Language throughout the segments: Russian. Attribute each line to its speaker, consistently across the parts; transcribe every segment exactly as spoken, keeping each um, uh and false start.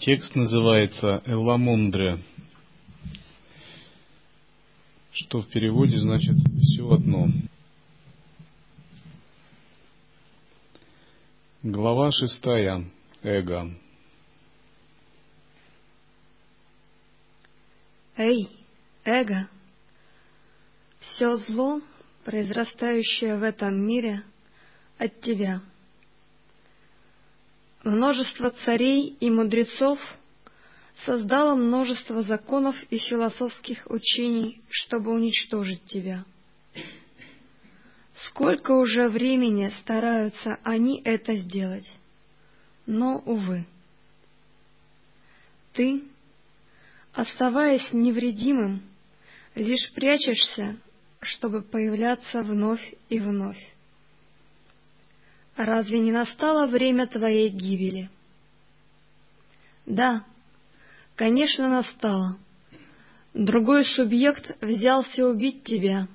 Speaker 1: Текст называется «Эламондре», что в переводе значит «все одно». Глава шестая. Эго.
Speaker 2: Эй, эго! Все зло, произрастающее в этом мире, от тебя. Множество царей и мудрецов создало множество законов и философских учений, чтобы уничтожить тебя. Сколько уже времени стараются они это сделать, но, увы. Ты, оставаясь невредимым, лишь прячешься, чтобы появляться вновь и вновь. Разве не настало время твоей гибели? Да, конечно, настало. Другой субъект взялся убить тебя.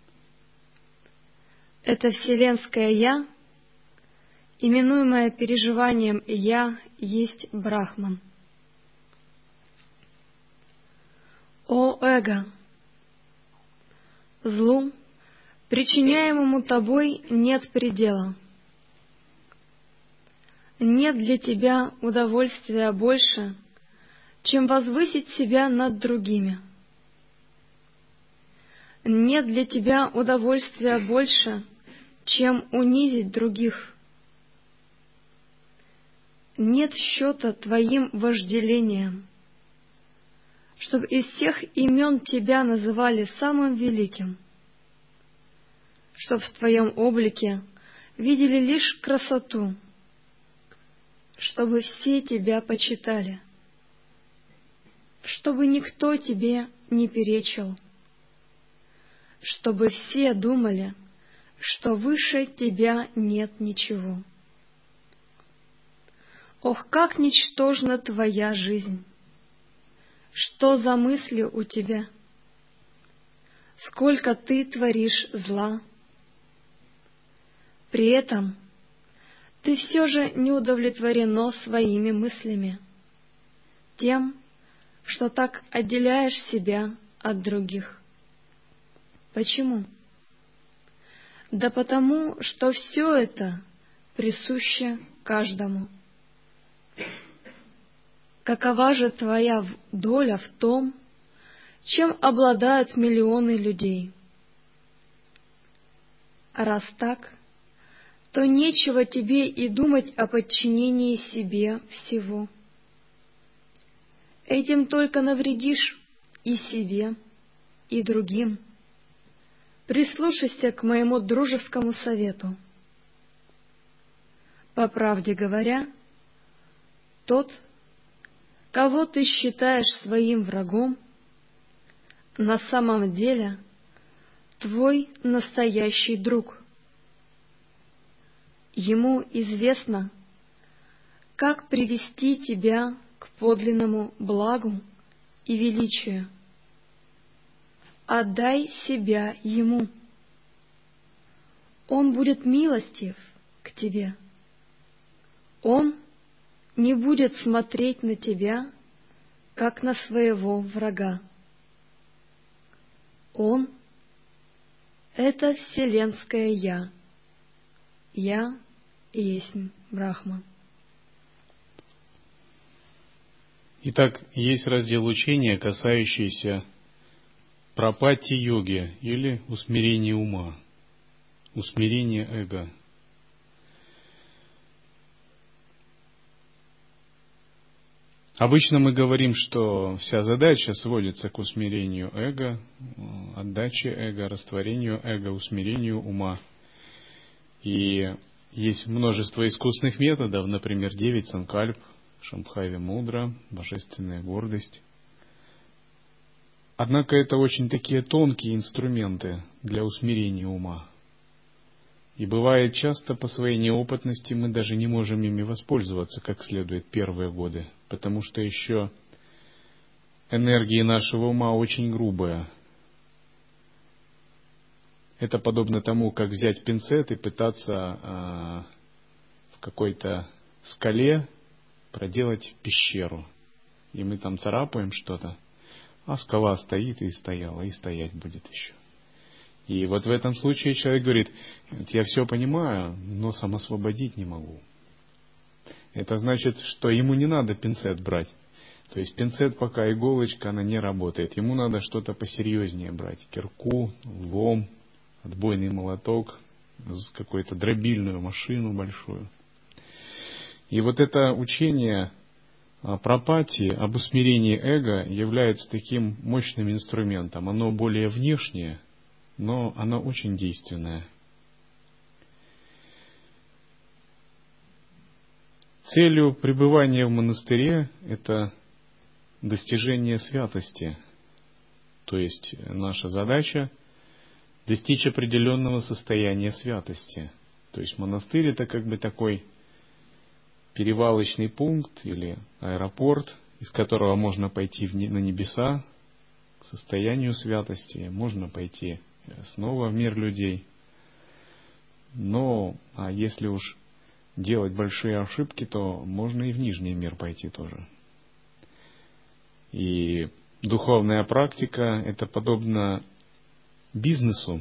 Speaker 2: Это вселенское «Я», именуемое переживанием «Я», есть Брахман. О эго! Злу, причиняемому тобой, нет предела. Нет для тебя удовольствия больше, чем возвысить себя над другими. Нет для тебя удовольствия больше, чем унизить других. Нет счета твоим вожделением, чтобы из всех имен тебя называли самым великим, чтоб в твоем облике видели лишь красоту, чтобы все тебя почитали, чтобы никто тебе не перечил, чтобы все думали, что выше тебя нет ничего. Ох, как ничтожна твоя жизнь! Что за мысли у тебя? Сколько ты творишь зла! При этом ты все же не удовлетворено своими мыслями, тем, что так отделяешь себя от других. Почему? Да потому, что все это присуще каждому. Какова же твоя доля в том, чем обладают миллионы людей? Раз так, то нечего тебе и думать о подчинении себе всего. Этим только навредишь и себе, и другим. Прислушайся к моему дружескому совету. По правде говоря, тот, кого ты считаешь своим врагом, на самом деле твой настоящий друг. Ему известно, как привести тебя к подлинному благу и величию. Отдай себя ему. Он будет милостив к тебе. Он не будет смотреть на тебя, как на своего врага. Он — это вселенское «Я». Я есть Брахман.
Speaker 1: Итак, есть раздел учения, касающийся пропатти-йоги или усмирения ума, усмирения эго. Обычно мы говорим, что вся задача сводится к усмирению эго, отдаче эго, растворению эго, усмирению ума. И есть множество искусных методов, например, девять санкальп, Шамбхави мудра, божественная гордость. Однако это очень такие тонкие инструменты для усмирения ума. И бывает часто по своей неопытности мы даже не можем ими воспользоваться как следует первые годы, потому что еще энергия нашего ума очень грубая. Это подобно тому, как взять пинцет и пытаться э, в какой-то скале проделать пещеру. и мы там царапаем что-то, а скала стоит и стояла, и стоять будет еще. И вот в этом случае человек говорит: я все понимаю, но самосвободить не могу. Это значит, что ему не надо пинцет брать. То есть пинцет, пока иголочка, она не работает. Ему надо что-то посерьезнее брать. Кирку, лом, отбойный молоток, какую-то дробильную машину большую. И вот это учение пропати, об усмирении эго, является таким мощным инструментом. Оно более внешнее, но оно очень действенное. Целью пребывания в монастыре – это достижение святости. То есть наша задача – достичь определенного состояния святости. То есть монастырь – это как бы такой перевалочный пункт или аэропорт, из которого можно пойти на небеса к состоянию святости, можно пойти снова в мир людей. Но а если уж делать большие ошибки, то можно и в нижний мир пойти тоже. И духовная практика – это подобно бизнесу.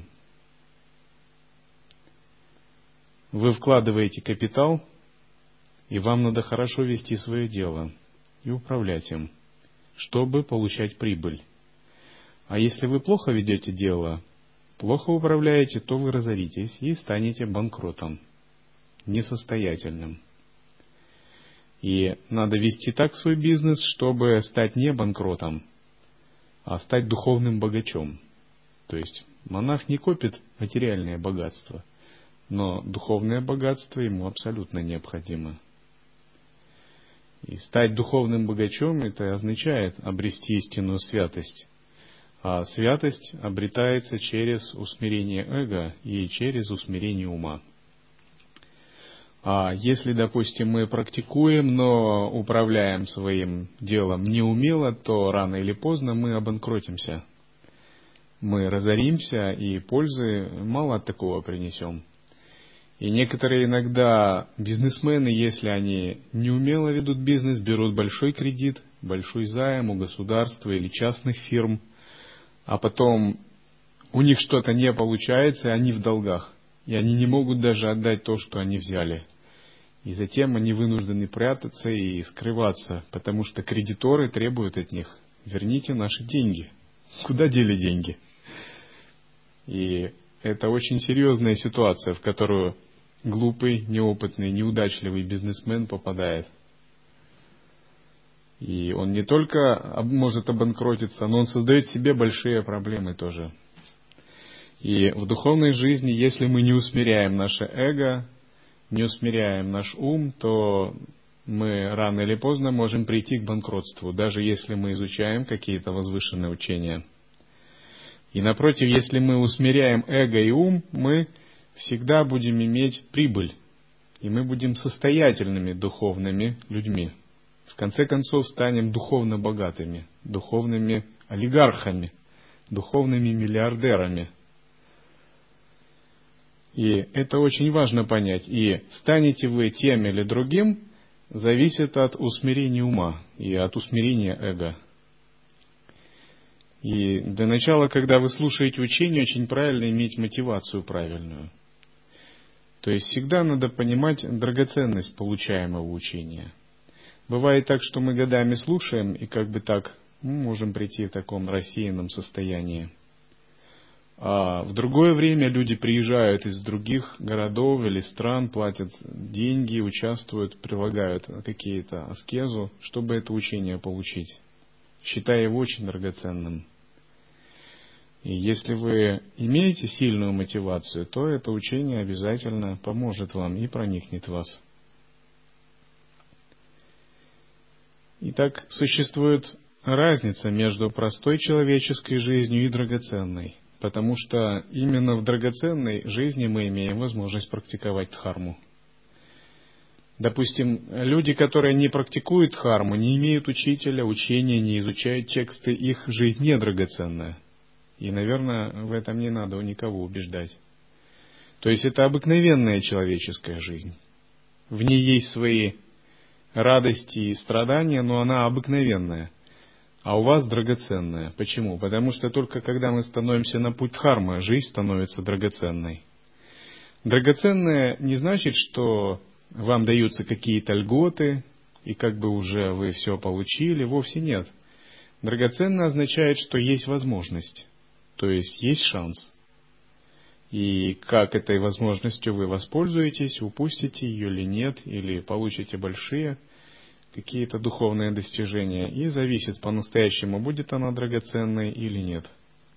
Speaker 1: Вы вкладываете капитал, и вам надо хорошо вести свое дело и управлять им, чтобы получать прибыль. А если вы плохо ведете дело, плохо управляете, то вы разоритесь и станете банкротом, несостоятельным. И надо вести так свой бизнес, чтобы стать не банкротом, а стать духовным богачом. То есть монах не копит материальное богатство, но духовное богатство ему абсолютно необходимо. И стать духовным богачом – это означает обрести истинную святость. А святость обретается через усмирение эго и через усмирение ума. А если, допустим, мы практикуем, но управляем своим делом неумело, то рано или поздно мы обанкротимся. Мы разоримся, и пользы мало от такого принесем. И некоторые иногда бизнесмены, если они неумело ведут бизнес, берут большой кредит, большой займ у государства или частных фирм, а потом у них что-то не получается, и они в долгах. И они не могут даже отдать то, что они взяли. И затем они вынуждены прятаться и скрываться, потому что кредиторы требуют от них: верните наши деньги. Куда дели деньги? И это очень серьезная ситуация, в которую глупый, неопытный, неудачливый бизнесмен попадает. И он не только может обанкротиться, но он создает себе большие проблемы тоже. И в духовной жизни, если мы не усмиряем наше эго, не усмиряем наш ум, то мы рано или поздно можем прийти к банкротству, даже если мы изучаем какие-то возвышенные учения. И напротив, если мы усмиряем эго и ум, мы всегда будем иметь прибыль, и мы будем состоятельными духовными людьми. В конце концов, станем духовно богатыми, духовными олигархами, духовными миллиардерами. И это очень важно понять. И станете вы тем или другим, зависит от усмирения ума и от усмирения эго. И для начала, когда вы слушаете учение, очень правильно иметь мотивацию правильную. То есть всегда надо понимать драгоценность получаемого учения. Бывает так, что мы годами слушаем, и как бы так мы можем прийти в таком рассеянном состоянии. А в другое время люди приезжают из других городов или стран, платят деньги, участвуют, прилагают какие-то аскезу, чтобы это учение получить, считая его очень драгоценным. И если вы имеете сильную мотивацию, то это учение обязательно поможет вам и проникнет в вас. Итак, существует разница между простой человеческой жизнью и драгоценной, потому что именно в драгоценной жизни мы имеем возможность практиковать дхарму. Допустим, люди, которые не практикуют дхарму, не имеют учителя, учения, не изучают тексты, их жизнь не драгоценная. И, наверное, в этом не надо никого убеждать. То есть это обыкновенная человеческая жизнь. В ней есть свои радости и страдания, но она обыкновенная, а у вас драгоценная. Почему? Потому что только когда мы становимся на путь дхармы, жизнь становится драгоценной. Драгоценная не значит, что вам даются какие-то льготы, и как бы уже вы все получили. Вовсе нет. Драгоценно означает, что есть возможность, то есть есть шанс. И как этой возможностью вы воспользуетесь, упустите ее или нет, или получите большие какие-то духовные достижения, и зависит по-настоящему, будет она драгоценной или нет.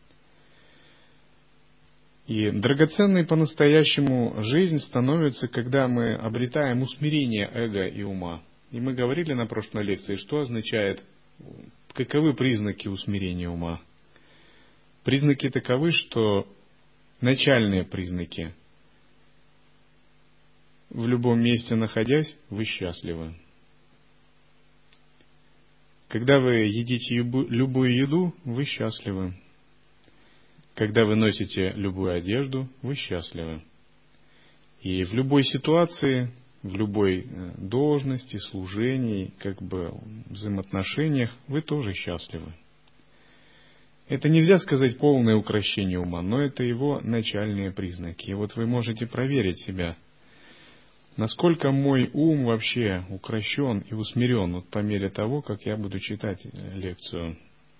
Speaker 1: И драгоценной по-настоящему жизнь становится, когда мы обретаем усмирение эго и ума. И мы говорили на прошлой лекции, что означает, каковы признаки усмирения ума. Признаки таковы, что начальные признаки. В любом месте находясь, вы счастливы. Когда вы едите любую еду, вы счастливы. Когда вы носите любую одежду, вы счастливы. И в любой ситуации, в любой должности, служении, как бы взаимоотношениях, вы тоже счастливы. Это нельзя сказать полное укрощение ума, но это его начальные признаки. И вот вы можете проверить себя, насколько мой ум вообще укрощен и усмирен вот по мере того, как я буду читать лекцию.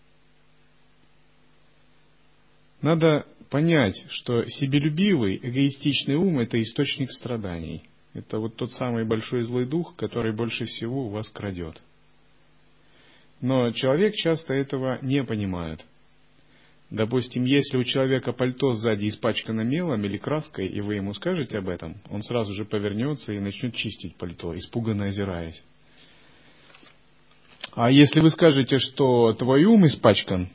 Speaker 1: Надо понять, что себелюбивый, эгоистичный ум – это источник страданий. Это вот тот самый большой злой дух, который больше всего у вас крадет. Но человек часто этого не понимает. Допустим, если у человека пальто сзади испачкано мелом или краской, и вы ему скажете об этом, он сразу же повернется и начнет чистить пальто, испуганно озираясь. А если вы скажете, что твой ум испачкан,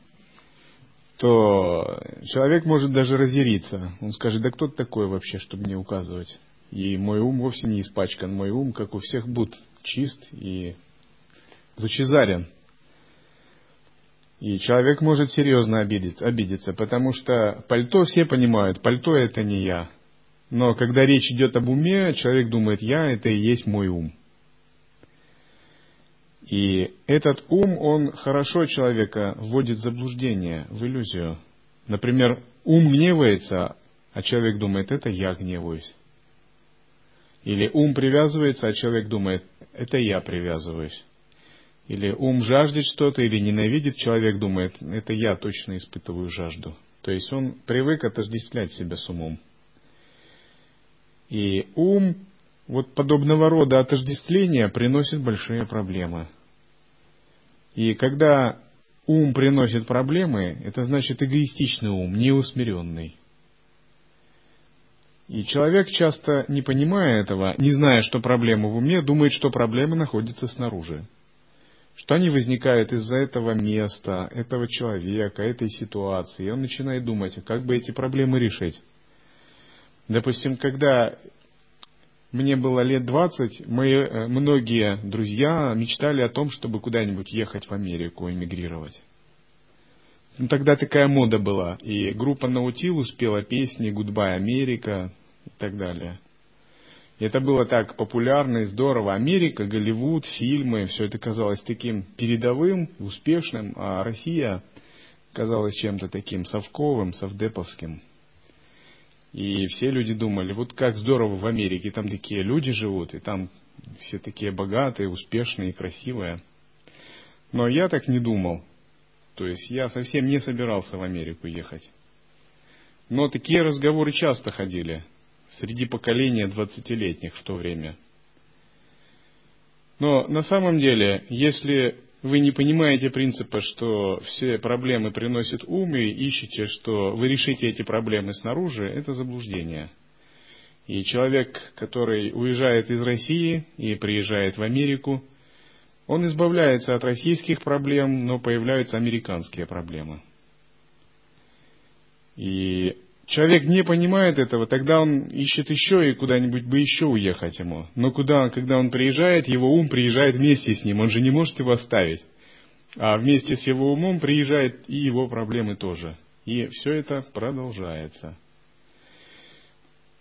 Speaker 1: то человек может даже разъяриться. Он скажет: да кто ты такой вообще, чтобы мне указывать? И мой ум вовсе не испачкан. Мой ум, как у всех, будь чист и лучезарен. И человек может серьезно обидеться, обидеться, потому что пальто, все понимают, пальто это не я. Но когда речь идет об уме, человек думает: я это и есть мой ум. И этот ум, он хорошо человека вводит в заблуждение, в иллюзию. Например, ум гневается, а человек думает: это я гневаюсь. Или ум привязывается, а человек думает: это я привязываюсь. Или ум жаждет что-то, или ненавидит, человек думает: это я точно испытываю жажду. То есть он привык отождествлять себя с умом. И ум, вот подобного рода отождествление приносит большие проблемы. И когда ум приносит проблемы, это значит эгоистичный ум, неусмиренный. И человек, часто не понимая этого, не зная, что проблема в уме, думает, что проблема находится снаружи. Что они возникают из-за этого места, этого человека, этой ситуации. И он начинает думать, как бы эти проблемы решить. Допустим, когда мне было лет двадцать, мои, многие друзья мечтали о том, чтобы куда-нибудь ехать в Америку, эмигрировать. Ну, тогда такая мода была. И группа Наутилус пела песни «Гудбай, Америка» и так далее. И это было так популярно и здорово. Америка, Голливуд, фильмы, все это казалось таким передовым, успешным, а Россия казалась чем-то таким совковым, совдеповским. И все люди думали: вот как здорово в Америке, там такие люди живут, и там все такие богатые, успешные и красивые. Но я так не думал. То есть я совсем не собирался в Америку ехать. Но такие разговоры часто ходили среди поколения двадцатилетних в то время. Но на самом деле, если вы не понимаете принципа, что все проблемы приносят ум, и ищете, что вы решите эти проблемы снаружи, это заблуждение. И человек, который уезжает из России и приезжает в Америку, он избавляется от российских проблем, но появляются американские проблемы. И человек не понимает этого, тогда он ищет еще и куда-нибудь бы еще уехать ему. Но куда, когда он приезжает, его ум приезжает вместе с ним, он же не может его оставить. А вместе с его умом приезжают и его проблемы тоже. И все это продолжается.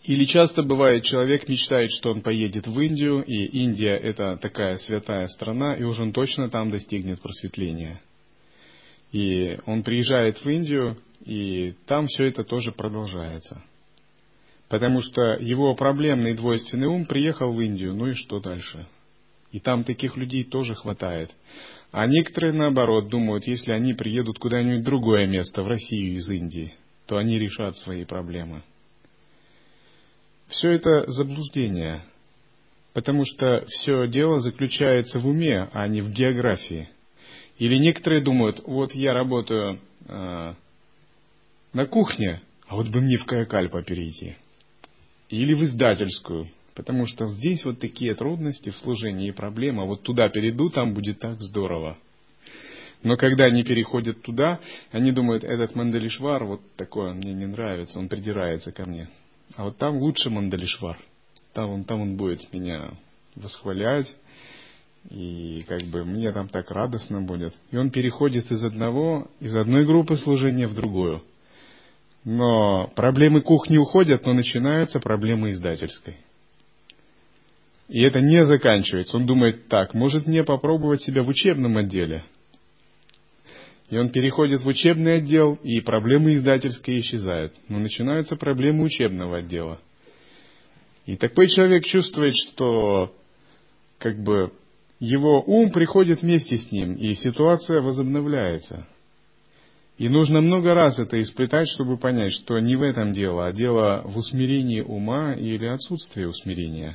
Speaker 1: Или часто бывает, человек мечтает, что он поедет в Индию, и Индия – это такая святая страна, и уж он точно там достигнет просветления. И он приезжает в Индию, и там все это тоже продолжается. Потому что его проблемный двойственный ум приехал в Индию, ну и что дальше? И там таких людей тоже хватает. А некоторые, наоборот, думают, если они приедут куда-нибудь в другое место, в Россию из Индии, то они решат свои проблемы. Все это заблуждение, потому что все дело заключается в уме, а не в географии. Или некоторые думают, вот я работаю э, на кухне, а вот бы мне в Каякальпа перейти. Или в издательскую, потому что здесь вот такие трудности в служении и проблемы, а вот туда перейду, там будет так здорово. Но когда они переходят туда, они думают, этот Мандалишвар, вот такой он мне не нравится, он придирается ко мне. А вот там лучше Мандалишвар. Там он, там он будет меня восхвалять, и как бы мне там так радостно будет. И он переходит из одного, из одной группы служения в другую. Но проблемы кухни уходят, но начинаются проблемы издательской. И это не заканчивается. Он думает, так, может мне попробовать себя в учебном отделе? И он переходит в учебный отдел, и проблемы издательские исчезают. Но начинаются проблемы учебного отдела. И такой человек чувствует, что как бы его ум приходит вместе с ним, и ситуация возобновляется. И нужно много раз это испытать, чтобы понять, что не в этом дело, а дело в усмирении ума или отсутствии усмирения.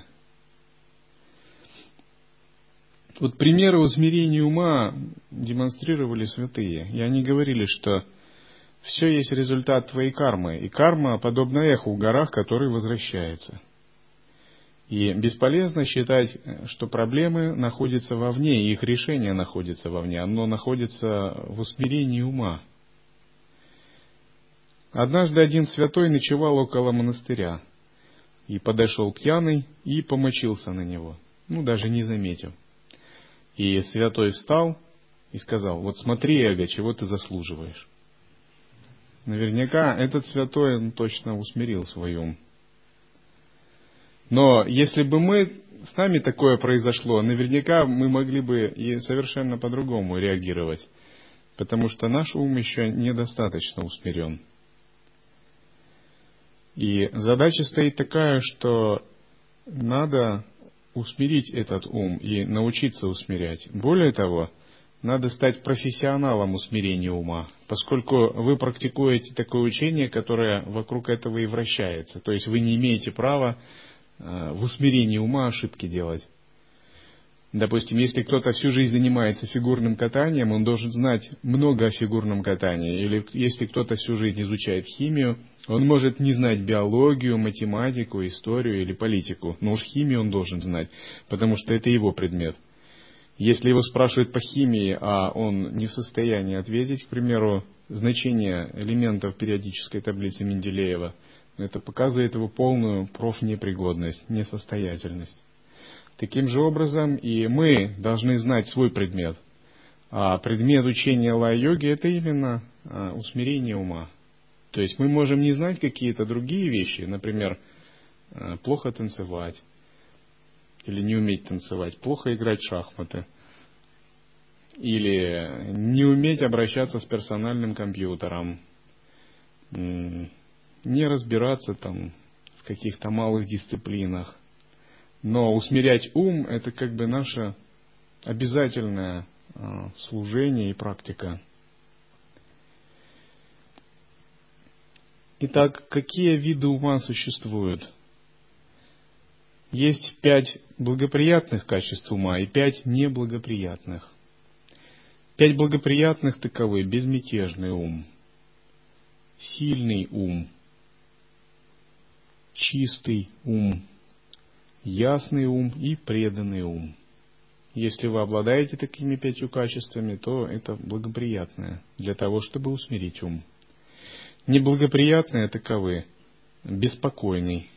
Speaker 1: Вот примеры усмирения ума демонстрировали святые. И они говорили, что все есть результат твоей кармы. И карма подобна эху в горах, который возвращается. И бесполезно считать, что проблемы находятся вовне, и их решение находится вовне. Оно находится в усмирении ума. Однажды один святой ночевал около монастыря. И подошел пьяный и помочился на него. Ну, даже не заметил. И святой встал и сказал, вот смотри, эго, чего ты заслуживаешь. Наверняка этот святой он точно усмирил свой ум. Но если бы мы, с нами такое произошло, наверняка мы могли бы и совершенно по-другому реагировать. Потому что наш ум еще недостаточно усмирен. И задача стоит такая, что надо усмирить этот ум и научиться усмирять. Более того, надо стать профессионалом усмирения ума, поскольку вы практикуете такое учение, которое вокруг этого и вращается. То есть вы не имеете права в усмирении ума ошибки делать. Допустим, если кто-то всю жизнь занимается фигурным катанием, он должен знать много о фигурном катании. Или если кто-то всю жизнь изучает химию, он может не знать биологию, математику, историю или политику. Но уж химию он должен знать, потому что это его предмет. Если его спрашивают по химии, а он не в состоянии ответить, к примеру, значение элементов периодической таблицы Менделеева, это показывает его полную профнепригодность, несостоятельность. Таким же образом и мы должны знать свой предмет. А предмет учения лай-йоги – это именно усмирение ума. То есть мы можем не знать какие-то другие вещи, например, плохо танцевать или не уметь танцевать, плохо играть в шахматы, или не уметь обращаться с персональным компьютером, не разбираться там в каких-то малых дисциплинах. Но усмирять ум – это как бы наше обязательное служение и практика. Итак, какие виды ума существуют? Есть пять благоприятных качеств ума и пять неблагоприятных. Пять благоприятных таковы: безмятежный ум, сильный ум, чистый ум, ясный ум и преданный ум. Если вы обладаете такими пятью качествами, то это благоприятное для того, чтобы усмирить ум. Неблагоприятные таковы: беспокойный.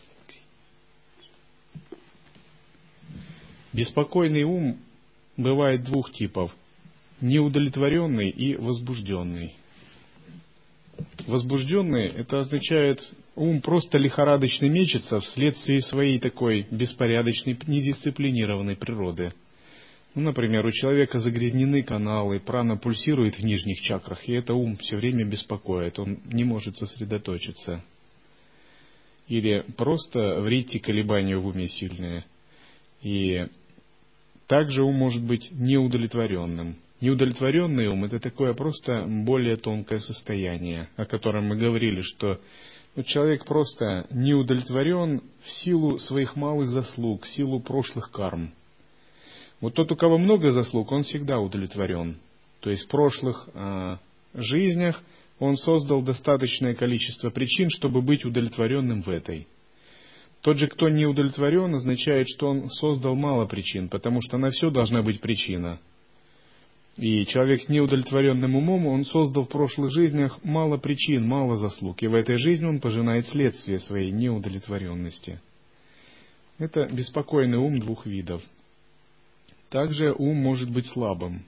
Speaker 1: Беспокойный ум бывает двух типов: неудовлетворенный и возбужденный. возбужденный, это означает, ум просто лихорадочно мечется вследствие своей такой беспорядочной, недисциплинированной природы. Ну, например, у человека загрязнены каналы, прана пульсирует в нижних чакрах, и это ум все время беспокоит, он не может сосредоточиться. Или просто в ритте колебания в уме сильные. И также ум может быть неудовлетворенным. Неудовлетворенный ум — это такое просто более тонкое состояние, о котором мы говорили, что ну, человек просто неудовлетворен в силу своих малых заслуг, в силу прошлых карм. Вот тот, у кого много заслуг, он всегда удовлетворен. То есть в прошлых э, жизнях он создал достаточное количество причин, чтобы быть удовлетворенным в этой. Тот же, кто не удовлетворен, означает, что он создал мало причин, потому что на все должна быть причина. И человек с неудовлетворенным умом, он создал в прошлых жизнях мало причин, мало заслуг. И в этой жизни он пожинает следствие своей неудовлетворенности. Это беспокойный ум двух видов. Также ум может быть слабым.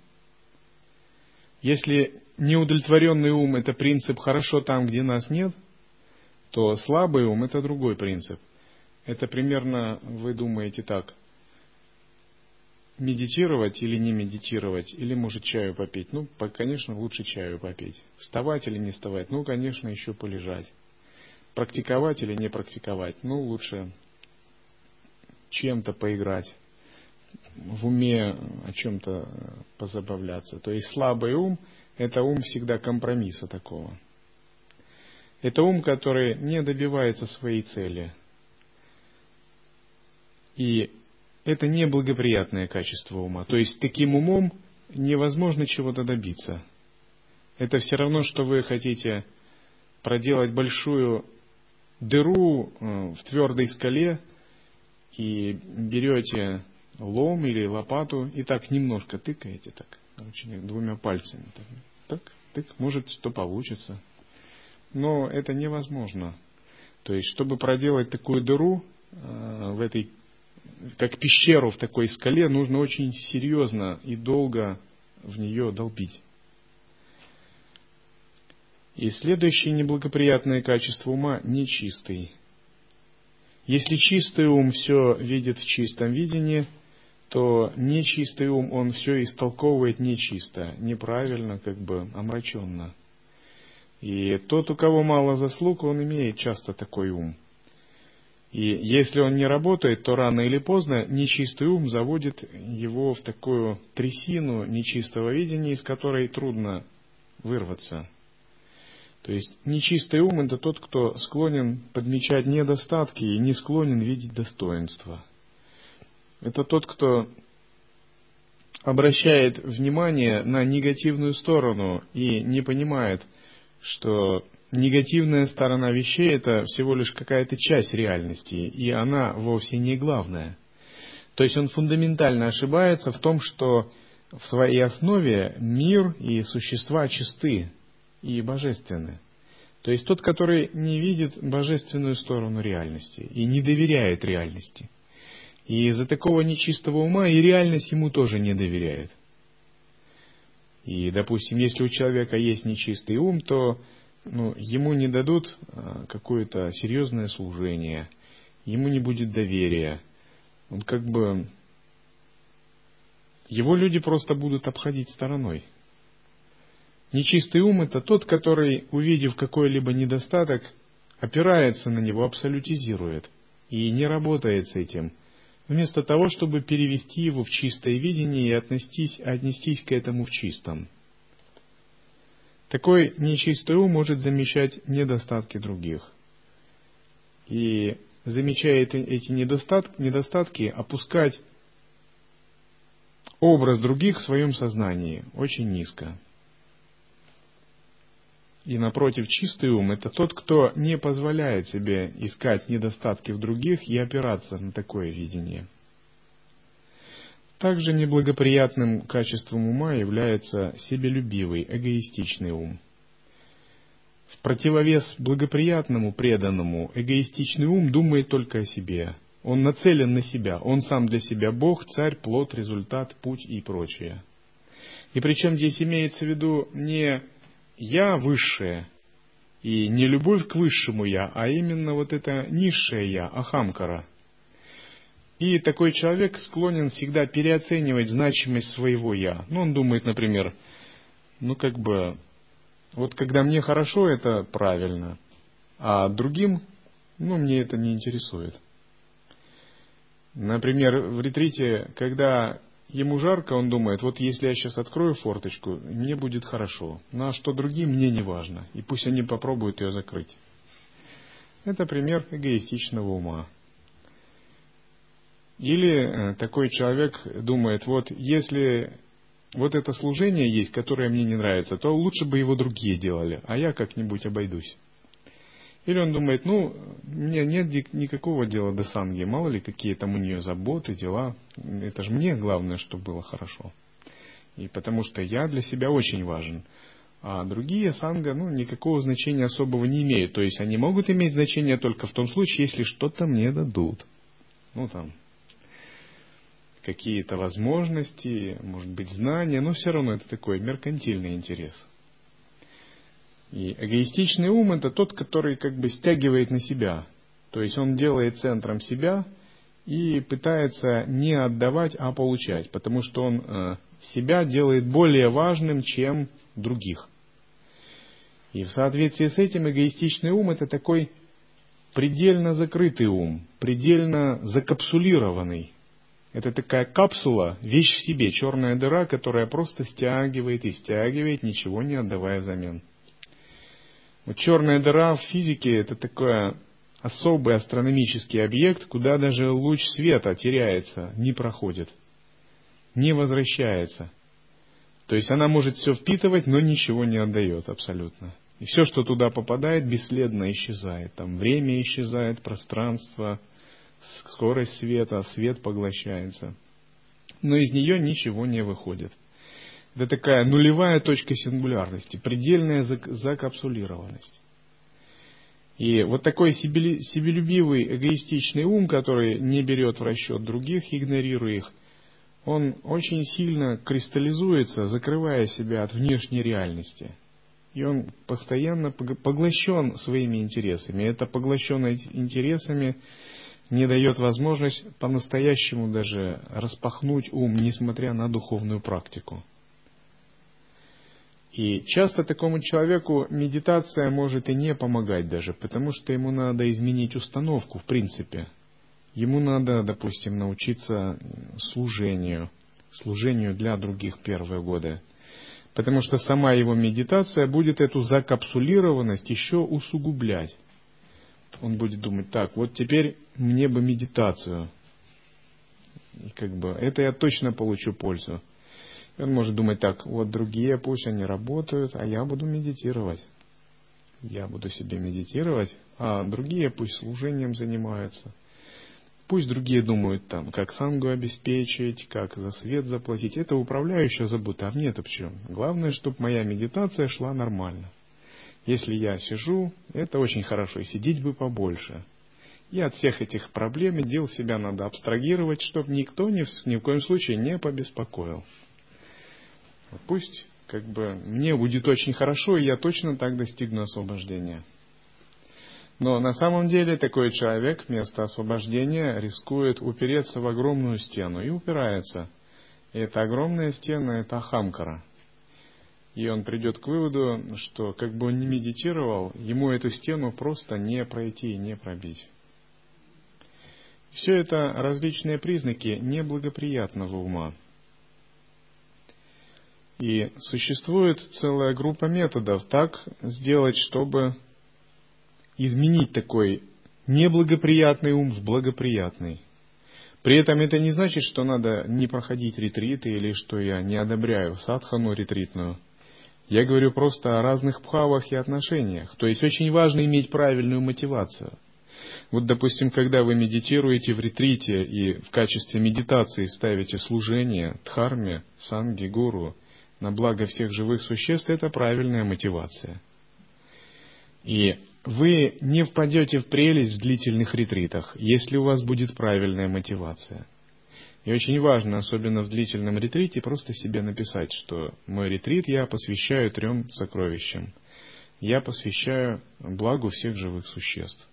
Speaker 1: Если неудовлетворенный ум — это принцип «хорошо там, где нас нет», то слабый ум — это другой принцип. Это примерно, вы думаете так, медитировать или не медитировать, или, может, чаю попить. Ну, конечно, лучше чаю попить. Вставать или не вставать? Ну, конечно, еще полежать. Практиковать или не практиковать? Ну, лучше чем-то поиграть. В уме о чем-то позабавляться. То есть слабый ум — это ум всегда компромисса такого. Это ум, который не добивается своей цели. И это неблагоприятное качество ума. То есть таким умом невозможно чего-то добиться. Это все равно, что вы хотите проделать большую дыру в твердой скале и берете лом или лопату и так немножко тыкаете, так, очень, двумя пальцами. Так, так, тык, может, что получится. Но это невозможно. То есть, чтобы проделать такую дыру э, в этой, как пещеру в такой скале, нужно очень серьезно и долго в нее долбить. И следующее неблагоприятное качество ума — нечистый. Если чистый ум все видит в чистом видении, то нечистый ум, он все истолковывает нечисто, неправильно, как бы омраченно. И тот, у кого мало заслуг, он имеет часто такой ум. И если он не работает, то рано или поздно нечистый ум заводит его в такую трясину нечистого видения, из которой трудно вырваться. То есть нечистый ум — это тот, кто склонен подмечать недостатки и не склонен видеть достоинства. Это тот, кто обращает внимание на негативную сторону и не понимает, что негативная сторона вещей — это всего лишь какая-то часть реальности, и она вовсе не главная. То есть он фундаментально ошибается в том, что в своей основе мир и существа чисты и божественны. То есть тот, который не видит божественную сторону реальности и не доверяет реальности. И из-за такого нечистого ума и реальность ему тоже не доверяет. И, допустим, если у человека есть нечистый ум, то ну, ему не дадут а, какое-то серьезное служение, ему не будет доверия. Он как бы... Его люди просто будут обходить стороной. Нечистый ум — это тот, который, увидев какой-либо недостаток, опирается на него, абсолютизирует и не работает с этим, вместо того, чтобы перевести его в чистое видение и отнестись, отнестись к этому в чистом. Такой нечистый ум может замечать недостатки других. И, замечая эти недостатки, недостатки, опускать образ других в своем сознании очень низко. И напротив, чистый ум — это тот, кто не позволяет себе искать недостатки в других и опираться на такое видение. Также неблагоприятным качеством ума является себелюбивый, эгоистичный ум. В противовес благоприятному, преданному, эгоистичный ум думает только о себе. Он нацелен на себя, он сам для себя Бог, царь, плод, результат, путь и прочее. И причем здесь имеется в виду не «я высшее», И не любовь к высшему я, а именно вот это низшее я, ахамкара. И такой человек склонен всегда переоценивать значимость своего я. Ну, он думает, например, ну как бы, вот когда мне хорошо, это правильно, а другим, ну, мне это не интересует. Например, в ретрите, когда ему жарко, он думает, вот если я сейчас открою форточку, мне будет хорошо. Ну а что другим, мне не важно. И пусть они попробуют ее закрыть. Это пример эгоистичного ума. Или такой человек думает, вот если вот это служение есть, которое мне не нравится, то лучше бы его другие делали, а я как-нибудь обойдусь. Или он думает, ну, мне нет никакого дела до санги, мало ли какие там у нее заботы, дела. Это же мне главное, чтобы было хорошо. И потому что я для себя очень важен. А другие санга, ну, никакого значения особого не имеют. То есть они могут иметь значение только в том случае, если что-то мне дадут. Ну, там, какие-то возможности, может быть, знания, но все равно это такой меркантильный интерес. И эгоистичный ум — это тот, который как бы стягивает на себя. То есть он делает центром себя и пытается не отдавать, а получать, потому что он э, себя делает более важным, чем других. И в соответствии с этим эгоистичный ум — это такой предельно закрытый ум, предельно закапсулированный. Это такая капсула, вещь в себе, черная дыра, которая просто стягивает и стягивает, ничего не отдавая взамен. Вот черная дыра в физике — это такой особый астрономический объект, куда даже луч света теряется, не проходит, не возвращается. То есть она может все впитывать, но ничего не отдает абсолютно. И все, что туда попадает, бесследно исчезает. Там время исчезает, пространство, скорость света, свет поглощается. Но из нее ничего не выходит. Это такая нулевая точка сингулярности, предельная закапсулированность. И вот такой себелюбивый, эгоистичный ум, который не берет в расчет других, игнорируя их, он очень сильно кристаллизуется, закрывая себя от внешней реальности. И он постоянно поглощен своими интересами. Это поглощенность интересами не дает возможность по-настоящему даже распахнуть ум, несмотря на духовную практику. И часто такому человеку медитация может и не помогать даже, потому что ему надо изменить установку в принципе. Ему надо, допустим, научиться служению, служению для других первые годы. Потому что сама его медитация будет эту закапсулированность еще усугублять. Он будет думать, так, вот теперь мне бы медитацию. И как бы это я точно получу пользу. И он может думать так, вот другие, пусть они работают, а я буду медитировать. Я буду себе медитировать, а другие пусть служением занимаются. Пусть другие думают там, как сангу обеспечить, как за свет заплатить. Это управляющая забота, а мне-то в чем? Главное, чтобы моя медитация шла нормально. Если я сижу, это очень хорошо, сидеть бы побольше. И от всех этих проблем и дел себя надо абстрагировать, чтобы никто ни в, ни в коем случае не побеспокоил. Пусть как бы мне будет очень хорошо, и я точно так достигну освобождения. Но на самом деле такой человек вместо освобождения рискует упереться в огромную стену и упирается. И эта огромная стена — это ахамкара. И он придет к выводу, что как бы он ни медитировал, ему эту стену просто не пройти и не пробить. Все это различные признаки неблагоприятного ума. И существует целая группа методов так сделать, чтобы изменить такой неблагоприятный ум в благоприятный. При этом это не значит, что надо не проходить ретриты или что я не одобряю садхану ретритную. Я говорю просто о разных бхавах и отношениях. То есть очень важно иметь правильную мотивацию. Вот, допустим, когда вы медитируете в ретрите и в качестве медитации ставите служение дхарме, санге, гуру на благо всех живых существ, это правильная мотивация. И вы не впадете в прелесть в длительных ретритах, если у вас будет правильная мотивация. И очень важно, особенно в длительном ретрите, просто себе написать, что мой ретрит я посвящаю трем сокровищам. я посвящаю благу всех живых существ.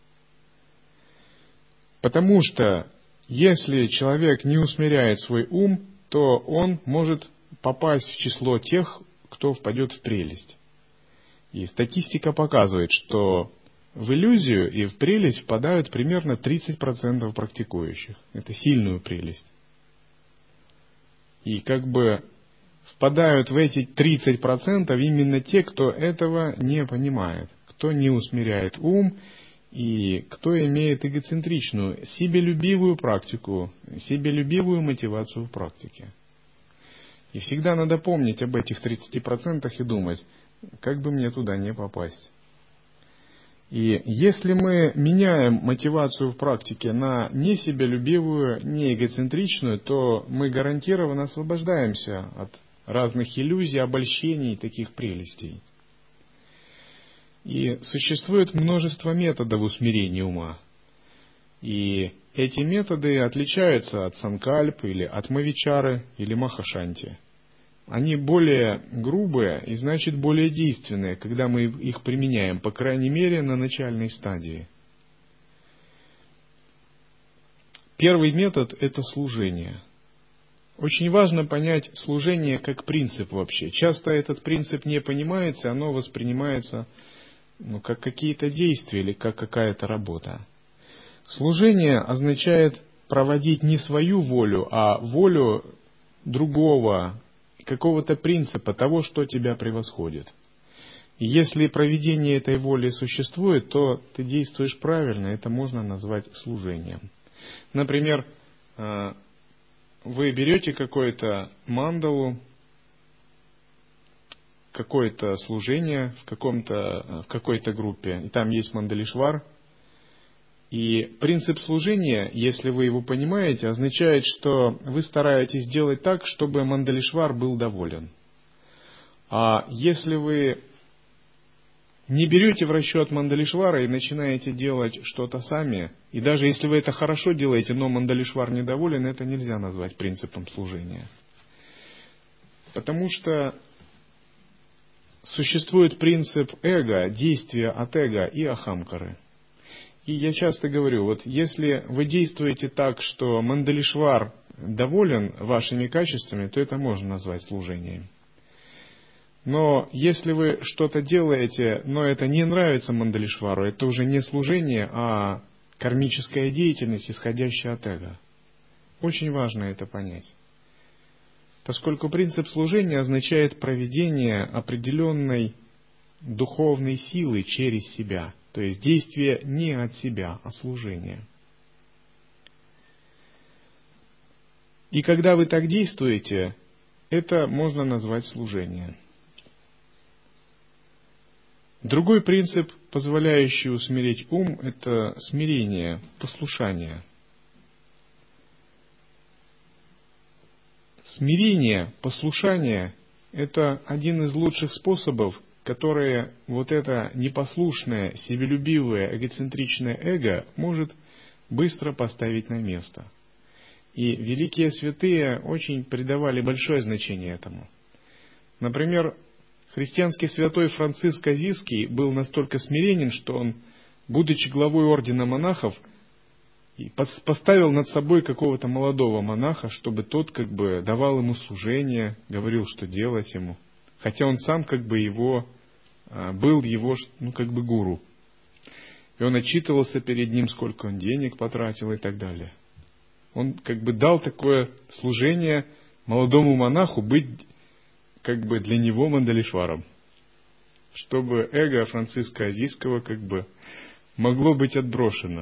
Speaker 1: Потому что если человек не усмиряет свой ум, то он может попасть в число тех, кто впадет в прелесть. И статистика показывает, что в иллюзию и в прелесть впадают примерно тридцать процентов практикующих. Это сильную прелесть. И как бы впадают в эти тридцать процентов именно те, кто этого не понимает, кто не усмиряет ум и кто имеет эгоцентричную, себелюбивую практику, себелюбивую мотивацию в практике. И всегда надо помнить об этих тридцати процентах и думать, как бы мне туда не попасть. И если мы меняем мотивацию в практике на не себялюбивую, не эгоцентричную, то мы гарантированно освобождаемся от разных иллюзий, обольщений, таких прелестей. И существует множество методов усмирения ума. И эти методы отличаются от санкальп или от мавичары или махашанти. Они более грубые и, значит, более действенные, когда мы их применяем, по крайней мере, на начальной стадии. Первый метод – это служение. Очень важно понять служение как принцип вообще. Часто этот принцип не понимается, оно воспринимается ну, как какие-то действия или как какая-то работа. Служение означает проводить не свою волю, а волю другого, какого-то принципа, того, что тебя превосходит. И если проведение этой воли существует, то ты действуешь правильно, это можно назвать служением. Например, вы берете какую-то мандалу, какое-то служение в, каком-то, в какой-то группе, и там есть мандалишвар. И принцип служения, если вы его понимаете, означает, что вы стараетесь сделать так, чтобы мандалишвар был доволен. А если вы не берете в расчет мандалишвара и начинаете делать что-то сами, и даже если вы это хорошо делаете, но мандалишвар недоволен, это нельзя назвать принципом служения. Потому что существует принцип эго, действия от эго и ахамкары. И я часто говорю, вот если вы действуете так, что мандалишвар доволен вашими качествами, то это можно назвать служением. Но если вы что-то делаете, но это не нравится мандалишвару, это уже не служение, а кармическая деятельность, исходящая от эго. Очень важно это понять. Поскольку принцип служения означает проведение определенной духовной силы через себя. То есть действие не от себя, а служение. И когда вы так действуете, это можно назвать служением. Другой принцип, позволяющий усмирить ум, это смирение, послушание. Смирение, послушание – это один из лучших способов, которые вот это непослушное, себелюбивое, эгоцентричное эго может быстро поставить на место. И великие святые очень придавали большое значение этому. Например, христианский святой Франциск Азийский был настолько смиренен, что он, будучи главой ордена монахов, поставил над собой какого-то молодого монаха, чтобы тот как бы давал ему служение, говорил, что делать ему. Хотя он сам как бы его, был его ну, как бы гуру. И он отчитывался перед ним, сколько он денег потратил и так далее. Он как бы дал такое служение молодому монаху быть как бы для него мандалишваром, чтобы эго Франциска Азийского как бы могло быть отброшено.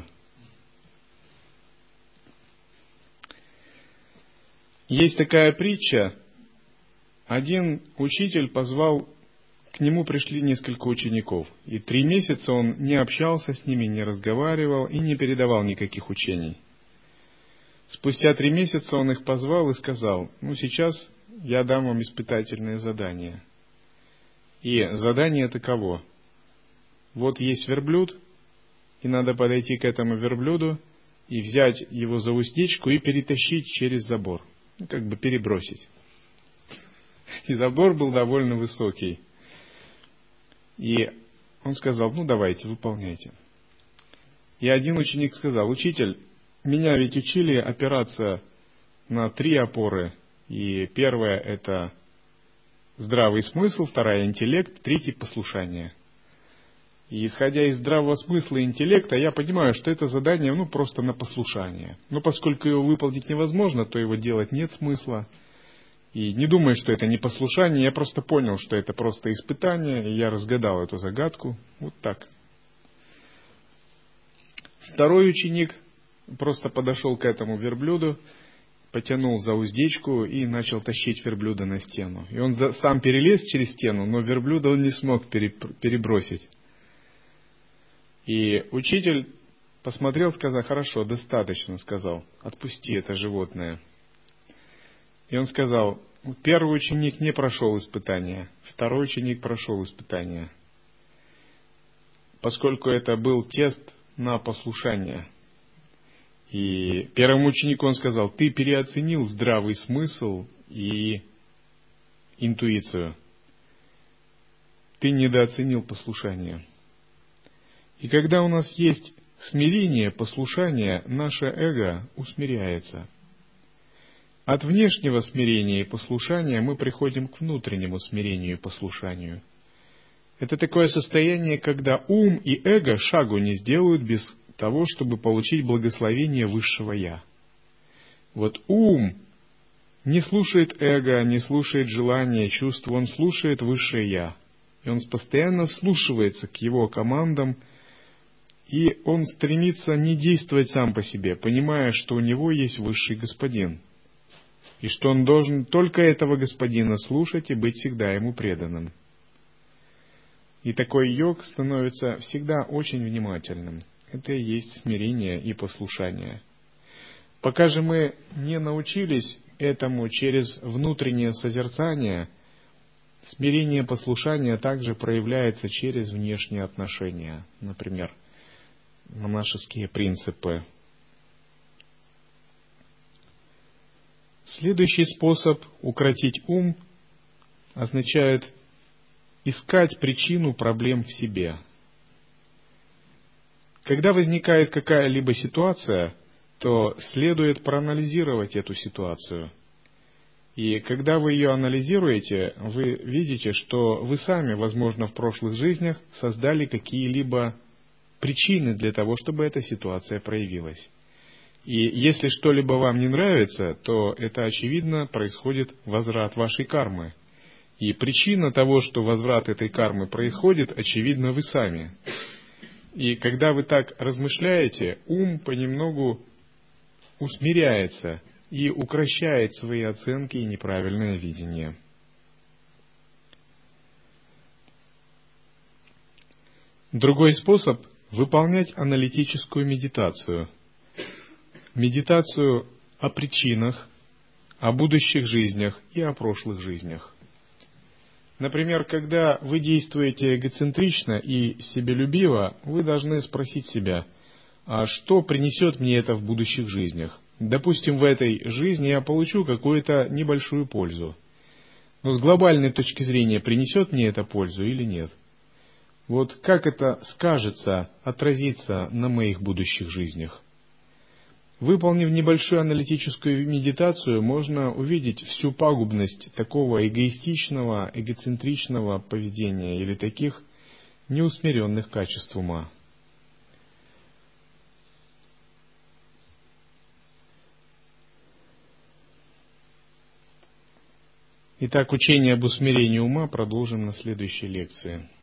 Speaker 1: Есть такая притча. Один учитель позвал, к нему пришли несколько учеников, и три месяца он не общался с ними, не разговаривал и не передавал никаких учений. Спустя три месяца он их позвал и сказал: ну сейчас я дам вам испытательное задание. И задание таково. Вот есть верблюд, и надо подойти к этому верблюду и взять его за уздечку и перетащить через забор. Ну, как бы перебросить. И забор был довольно высокий. И он сказал: ну давайте, выполняйте. И один ученик сказал: учитель, меня ведь учили опираться на три опоры. И первая — это здравый смысл, вторая — интеллект, третья — послушание. И исходя из здравого смысла и интеллекта, я понимаю, что это задание ну просто на послушание. Но поскольку его выполнить невозможно, то его делать нет смысла. И не думаю, что это не послушание, я просто понял, что это просто испытание, и я разгадал эту загадку. Вот так. Второй ученик просто подошел к этому верблюду, потянул за уздечку и начал тащить верблюда на стену. И он за, сам перелез через стену, но верблюда он не смог перебросить. И учитель посмотрел, сказал: хорошо, достаточно, сказал, отпусти это животное. И он сказал: первый ученик не прошел испытания, второй ученик прошел испытания, поскольку это был тест на послушание. И первому ученику он сказал: ты переоценил здравый смысл и интуицию. Ты недооценил послушание. И когда у нас есть смирение, послушание, наше эго усмиряется. От внешнего смирения и послушания мы приходим к внутреннему смирению и послушанию. Это такое состояние, когда ум и эго шагу не сделают без того, чтобы получить благословение высшего Я. Вот ум не слушает эго, не слушает желания, чувств, он слушает высшее Я. И он постоянно вслушивается к его командам, и он стремится не действовать сам по себе, понимая, что у него есть высший господин, и что он должен только этого господина слушать и быть всегда ему преданным. И такой йог становится всегда очень внимательным. Это и есть смирение и послушание. Пока же мы не научились этому через внутреннее созерцание, смирение и послушание также проявляется через внешние отношения. Например, монашеские принципы. Следующий способ укротить ум означает искать причину проблем в себе. Когда возникает какая-либо ситуация, то следует проанализировать эту ситуацию. И когда вы ее анализируете, вы видите, что вы сами, возможно, в прошлых жизнях создали какие-либо причины для того, чтобы эта ситуация проявилась. И если что-либо вам не нравится, то это, очевидно, происходит возврат вашей кармы. И причина того, что возврат этой кармы происходит, очевидно, вы сами. И когда вы так размышляете, ум понемногу усмиряется и укрощает свои оценки и неправильное видение. Другой способ – выполнять аналитическую медитацию. Медитацию о причинах, о будущих жизнях и о прошлых жизнях. Например, когда вы действуете эгоцентрично и себелюбиво, вы должны спросить себя: а что принесет мне это в будущих жизнях? Допустим, в этой жизни я получу какую-то небольшую пользу. Но с глобальной точки зрения, принесет мне это пользу или нет? Вот как это скажется, отразится на моих будущих жизнях? Выполнив небольшую аналитическую медитацию, можно увидеть всю пагубность такого эгоистичного, эгоцентричного поведения или таких неусмиренных качеств ума. Итак, учение об усмирении ума продолжим на следующей лекции.